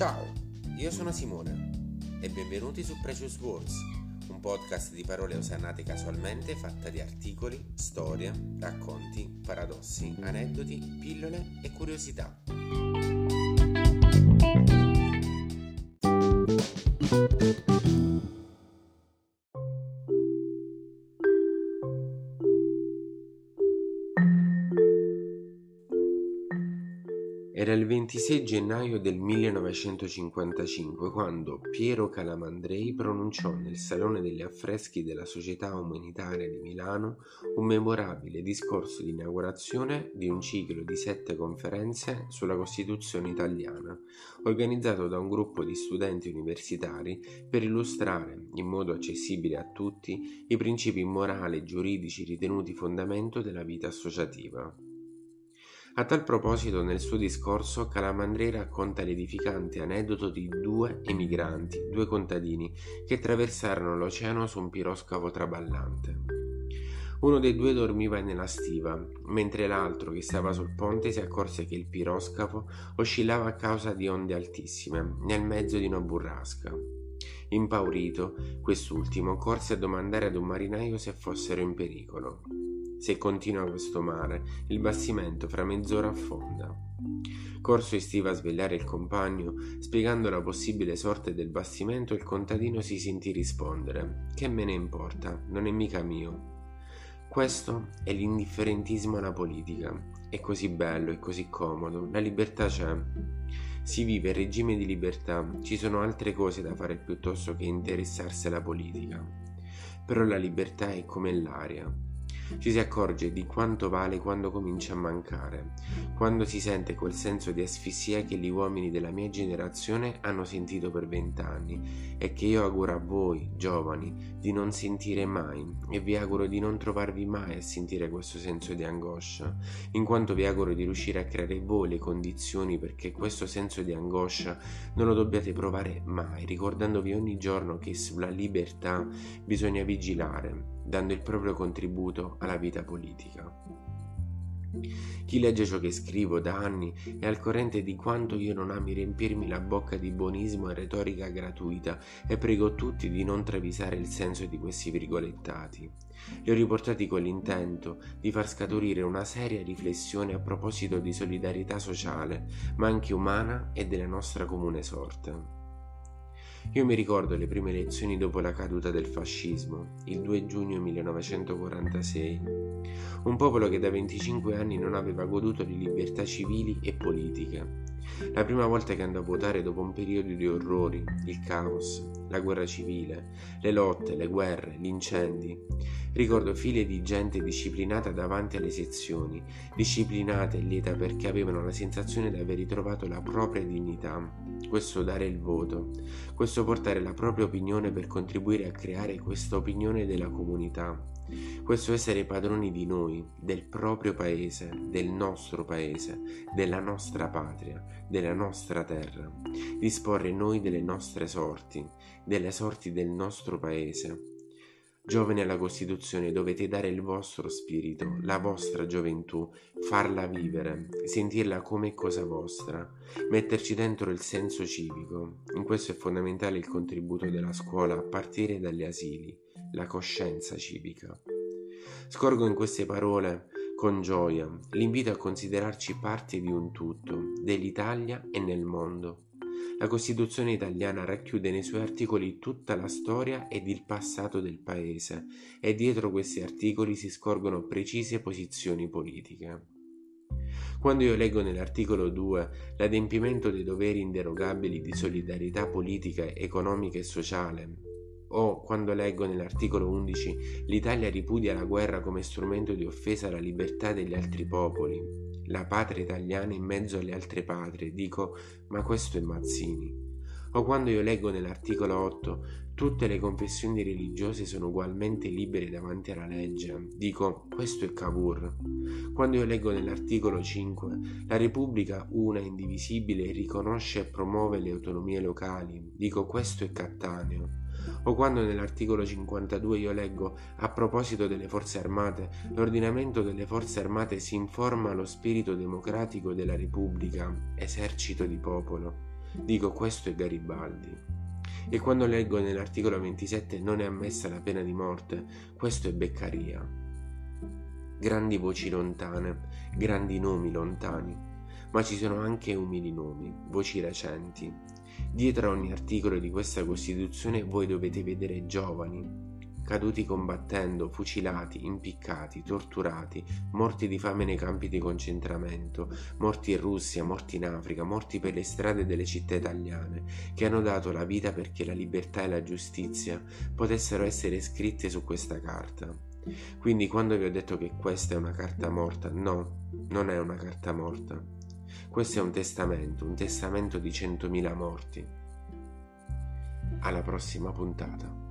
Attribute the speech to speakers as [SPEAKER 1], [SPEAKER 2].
[SPEAKER 1] Ciao, io sono Simone e benvenuti su Precious Words, un podcast di parole osannate casualmente fatta di articoli, storie, racconti, paradossi, aneddoti, pillole e curiosità. Era il 26 gennaio del 1955 quando Piero Calamandrei pronunciò nel Salone degli Affreschi della Società Umanitaria di Milano un memorabile discorso di inaugurazione di un ciclo di 7 conferenze sulla Costituzione italiana, organizzato da un gruppo di studenti universitari per illustrare, in modo accessibile a tutti, i principi morali e giuridici ritenuti fondamento della vita associativa. A tal proposito, nel suo discorso, Calamandrei racconta l'edificante aneddoto di 2 emigranti, 2 contadini, che attraversarono l'oceano su un piroscafo traballante. Uno dei 2 dormiva nella stiva, mentre l'altro, che stava sul ponte, si accorse che il piroscafo oscillava a causa di onde altissime, nel mezzo di una burrasca. Impaurito, quest'ultimo corse a domandare ad un marinaio se fossero in pericolo. Se continua questo mare, il bastimento fra mezz'ora affonda. Corso istiva a svegliare il compagno, spiegando la possibile sorte del bastimento, il contadino si sentì rispondere: «Che me ne importa, non è mica mio». Questo è l'indifferentismo alla politica. È così bello, è così comodo, la libertà c'è. Si vive in regime di libertà, ci sono altre cose da fare piuttosto che interessarsi alla politica. Però la libertà è come l'aria. Ci si accorge di quanto vale quando comincia a mancare, quando si sente quel senso di asfissia che gli uomini della mia generazione hanno sentito per 20 anni e che io auguro a voi, giovani, di non sentire mai, e vi auguro di non trovarvi mai a sentire questo senso di angoscia, in quanto vi auguro di riuscire a creare voi le condizioni perché questo senso di angoscia non lo dobbiate provare mai, ricordandovi ogni giorno che sulla libertà bisogna vigilare, dando il proprio contributo alla vita politica. Chi legge ciò che scrivo da anni è al corrente di quanto io non ami riempirmi la bocca di buonismo e retorica gratuita e prego tutti di non travisare il senso di questi virgolettati. Li ho riportati con l'intento di far scaturire una seria riflessione a proposito di solidarietà sociale, ma anche umana e della nostra comune sorte. Io mi ricordo le prime elezioni dopo la caduta del fascismo, il 2 giugno 1946. Un popolo che da 25 anni non aveva goduto di libertà civili e politiche. La prima volta che andò a votare dopo un periodo di orrori, il caos, la guerra civile, le lotte, le guerre, gli incendi. Ricordo file di gente disciplinata davanti alle sezioni, disciplinata e lieta perché avevano la sensazione di aver ritrovato la propria dignità. Questo dare il voto, questo portare la propria opinione per contribuire a creare questa opinione della comunità, questo essere padroni di noi, del proprio paese, del nostro paese, della nostra patria, della nostra terra, disporre noi delle nostre sorti, delle sorti del nostro paese. Giovani alla Costituzione, dovete dare il vostro spirito, la vostra gioventù, farla vivere, sentirla come cosa vostra, metterci dentro il senso civico. In questo è fondamentale il contributo della scuola a partire dagli asili, la coscienza civica. Scorgo in queste parole con gioia l'invito a considerarci parte di un tutto, dell'Italia e nel mondo. La Costituzione italiana racchiude nei suoi articoli tutta la storia ed il passato del paese e dietro questi articoli si scorgono precise posizioni politiche. Quando io leggo nell'articolo 2 l'adempimento dei doveri inderogabili di solidarietà politica, economica e sociale, o quando leggo nell'articolo 11 l'Italia ripudia la guerra come strumento di offesa alla libertà degli altri popoli, la patria italiana in mezzo alle altre patrie, dico: ma questo è Mazzini. O quando io leggo nell'articolo 8 tutte le confessioni religiose sono ugualmente libere davanti alla legge, dico: questo è Cavour. Quando io leggo nell'articolo 5 la Repubblica una e indivisibile riconosce e promuove le autonomie locali, dico: questo è Cattaneo. O quando nell'articolo 52 io leggo: a proposito delle forze armate, l'ordinamento delle forze armate si informa allo spirito democratico della Repubblica, esercito di popolo. dico questo è Garibaldi. E quando leggo nell'articolo 27 non è ammessa la pena di morte, questo è Beccaria. Grandi voci lontane, grandi nomi lontani, ma ci sono anche umili nomi, voci recenti. Dietro a ogni articolo di questa Costituzione voi dovete vedere giovani, caduti combattendo, fucilati, impiccati, torturati, morti di fame nei campi di concentramento, morti in Russia, morti in Africa, morti per le strade delle città italiane, che hanno dato la vita perché la libertà e la giustizia potessero essere scritte su questa carta. Quindi quando vi ho detto che questa è una carta morta, no, non è una carta morta. Questo è un testamento di 100.000 morti. Alla prossima puntata.